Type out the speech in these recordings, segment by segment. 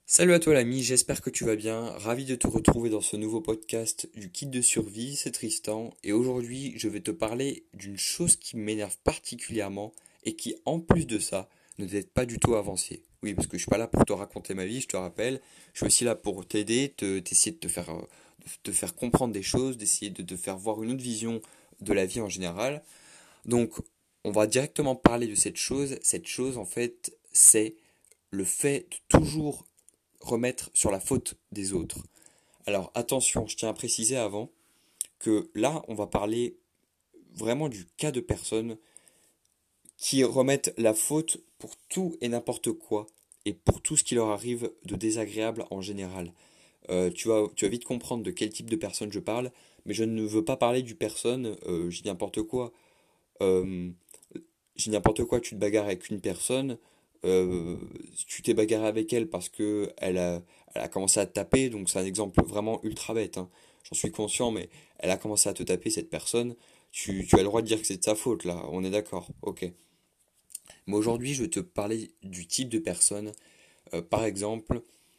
Salut à toi l'ami, j'espère que tu vas bien. Ravi de te retrouver dans ce nouveau podcast du kit de survie, c'est Tristan. Et aujourd'hui, je vais te parler d'une chose qui m'énerve particulièrement et qui, en plus de ça, ne t'aide pas du tout à avancer. Oui, parce que je suis pas là pour te raconter ma vie, je te rappelle. Je suis aussi là pour t'aider, t'essayer de te faire comprendre des choses, d'essayer de te faire voir une autre vision de la vie en général. Donc, on va directement parler de cette chose. Cette chose, en fait, c'est le fait de toujours remettre sur la faute des autres. Alors attention, je tiens à préciser avant que là, on va parler vraiment du cas de personnes qui remettent la faute pour tout et n'importe quoi et pour tout ce qui leur arrive de désagréable en général. Tu vas vite comprendre de quel type de personne je parle, mais je ne veux pas parler du personne, je dis n'importe quoi. Euh, je dis n'importe quoi, tu te bagarres avec une personne, euh, tu t'es bagarré avec elle parce que elle a commencé à te taper, donc c'est un exemple vraiment ultra bête, hein. J'en suis conscient, mais elle a commencé à te taper, cette personne, tu as le droit de dire que c'est de sa faute, là, on est d'accord, ok. Mais aujourd'hui, je vais te parler du type de personne, par exemple,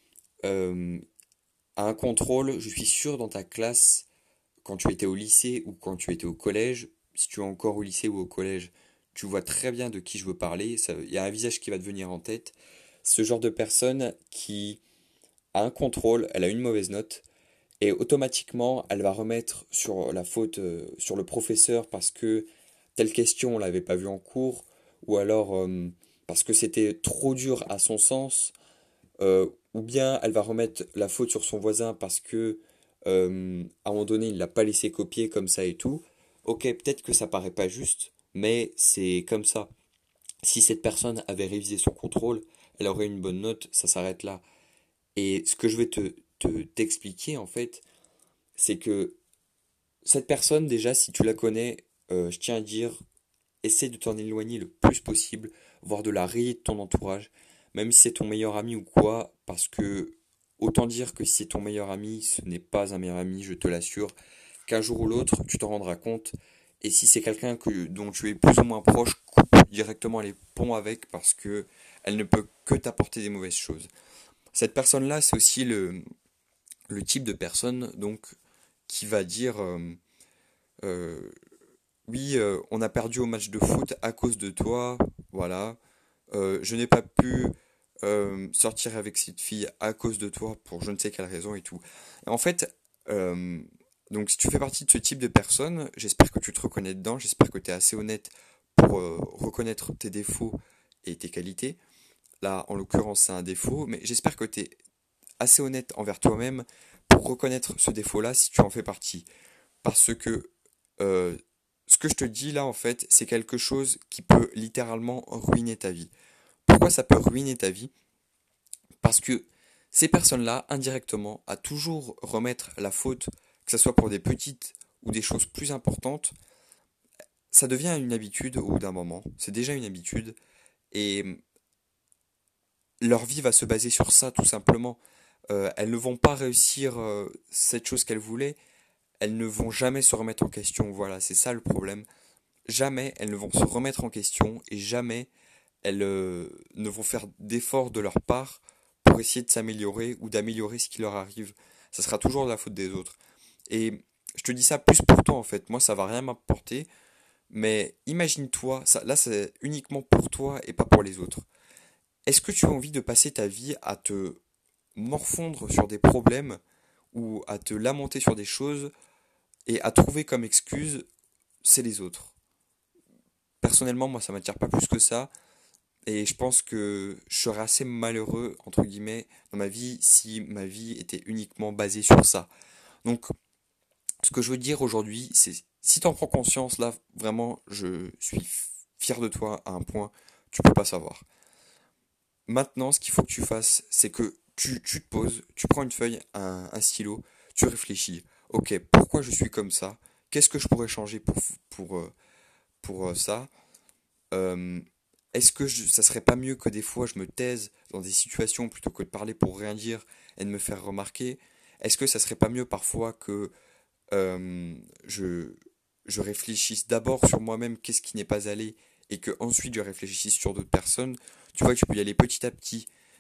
euh, à un contrôle, je suis sûr dans ta classe, quand tu étais au lycée ou quand tu étais au collège, si tu es encore au lycée ou au collège, tu vois très bien de qui je veux parler. Il y a un visage qui va te venir en tête. Ce genre de personne qui a un contrôle, elle a une mauvaise note, et automatiquement, elle va remettre sur la faute sur le professeur parce que telle question, on l'avait pas vue en cours, ou alors parce que c'était trop dur à son sens, ou bien elle va remettre la faute sur son voisin parce que à un moment donné il l'a pas laissé copier comme ça et tout. Ok, peut-être que ça paraît pas juste, mais c'est comme ça. Si cette personne avait révisé son contrôle, elle aurait une bonne note, ça s'arrête là. Et ce que je vais t'expliquer en fait, c'est que cette personne déjà, si tu la connais, je tiens à dire, essaie de t'en éloigner le plus possible, voire de la rayer de ton entourage, même si c'est ton meilleur ami ou quoi, parce que autant dire que si c'est ton meilleur ami, ce n'est pas un meilleur ami, je te l'assure, qu'un jour ou l'autre, tu t'en rendras compte. Et si c'est quelqu'un dont tu es plus ou moins proche, coupe directement les ponts avec parce que elle ne peut que t'apporter des mauvaises choses. Cette personne-là, c'est aussi le type de personne donc qui va dire euh, oui, on a perdu au match de foot à cause de toi, voilà. Je n'ai pas pu sortir avec cette fille à cause de toi pour je ne sais quelle raison et tout. Et en fait, euh, donc si tu fais partie de ce type de personne, j'espère que tu te reconnais dedans, j'espère que tu es assez honnête pour reconnaître tes défauts et tes qualités. Là, en l'occurrence, c'est un défaut, mais j'espère que tu es assez honnête envers toi-même pour reconnaître ce défaut-là si tu en fais partie. Parce que euh, ce que je te dis là, en fait, c'est quelque chose qui peut littéralement ruiner ta vie. Pourquoi ça peut ruiner ta vie? Parce que ces personnes-là, indirectement, à toujours remettre la faute, que ce soit pour des petites ou des choses plus importantes, ça devient une habitude au bout d'un moment. C'est déjà une habitude. Et leur vie va se baser sur ça, tout simplement. Elles ne vont pas réussir cette chose qu'elles voulaient. Elles ne vont jamais se remettre en question. Voilà, c'est ça le problème. Jamais elles ne vont se remettre en question et jamais elles ne vont faire d'efforts de leur part pour essayer de s'améliorer ou d'améliorer ce qui leur arrive. Ça sera toujours de la faute des autres. Et je te dis ça plus pour toi en fait. Moi, ça va rien m'apporter. Mais imagine-toi, ça, là, c'est uniquement pour toi et pas pour les autres. Est-ce que tu as envie de passer ta vie à te morfondre sur des problèmes ou à te lamenter sur des choses et à trouver comme excuse c'est les autres? Personnellement, moi, ça m'attire pas plus que ça. Et je pense que je serais assez malheureux, entre guillemets, dans ma vie si ma vie était uniquement basée sur ça. Donc, ce que je veux dire aujourd'hui, c'est si tu en prends conscience, là, vraiment, je suis fier de toi à un point, tu peux pas savoir. Maintenant, ce qu'il faut que tu fasses, c'est que tu te poses, tu prends une feuille, un stylo, tu réfléchis. Ok, pourquoi je suis comme ça? Qu'est-ce que je pourrais changer pour ça? Euh, Est-ce que ça serait pas mieux que des fois je me taise dans des situations plutôt que de parler pour rien dire et de me faire remarquer? Est-ce que ça serait pas mieux parfois que euh, je, je réfléchisse d'abord sur moi-même, qu'est-ce qui n'est pas allé, et que ensuite je réfléchisse sur d'autres personnes? Tu vois que je peux y aller petit à petit.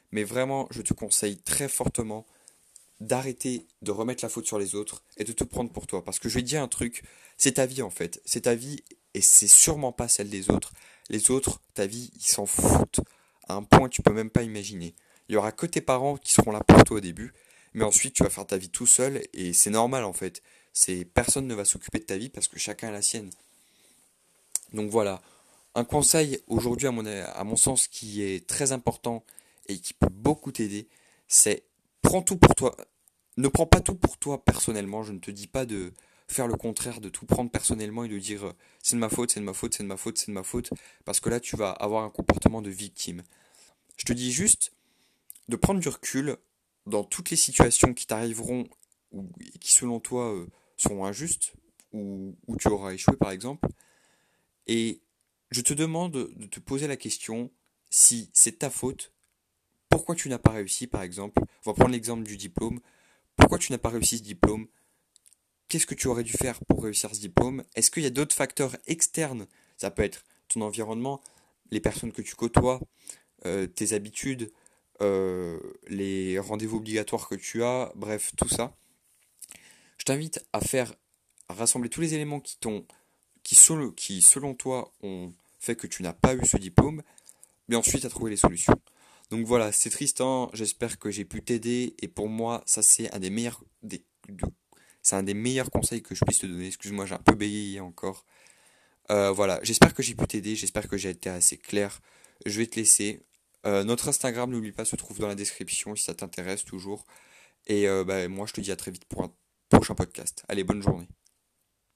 mais vraiment, je te conseille très fortement d'arrêter de remettre la faute sur les autres et de te prendre pour toi. Parce que je vais te dire un truc, c'est ta vie en fait. C'est ta vie et c'est sûrement pas celle des autres. Les autres, ta vie, ils s'en foutent à un point que tu peux même pas imaginer. Il y aura que tes parents qui seront là pour toi au début, mais ensuite tu vas faire ta vie tout seul et c'est normal en fait. Personne ne va s'occuper de ta vie parce que chacun a la sienne. Donc voilà, un conseil aujourd'hui à mon sens qui est très important et qui peut beaucoup t'aider, c'est prends tout pour toi. Ne prends pas tout pour toi personnellement. Je ne te dis pas de faire le contraire, de tout prendre personnellement et de dire c'est de ma faute, c'est de ma faute, c'est de ma faute, c'est de ma faute, parce que là tu vas avoir un comportement de victime. Je te dis juste de prendre du recul dans toutes les situations qui t'arriveront ou qui selon toi seront injustes ou où tu auras échoué par exemple. Et je te demande de te poser la question si c'est ta faute, pourquoi tu n'as pas réussi par exemple. On va prendre l'exemple du diplôme. Pourquoi tu n'as pas réussi ce diplôme? Qu'est-ce que tu aurais dû faire pour réussir ce diplôme? Est-ce qu'il y a d'autres facteurs externes? Ça peut être ton environnement, les personnes que tu côtoies, tes habitudes, les rendez-vous obligatoires que tu as, bref, tout ça. Je t'invite à rassembler tous les éléments qui selon toi ont fait que tu n'as pas eu ce diplôme, mais ensuite à trouver les solutions. Donc voilà, c'est Tristan, j'espère que j'ai pu t'aider et pour moi, ça c'est c'est un des meilleurs conseils que je puisse te donner. Excuse-moi, j'ai un peu bégayé encore. Voilà, j'espère que j'ai pu t'aider, j'espère que j'ai été assez clair. Je vais te laisser. Notre Instagram, n'oublie pas, se trouve dans la description si ça t'intéresse toujours. Et moi, je te dis à très vite pour un prochain podcast. Allez, bonne journée.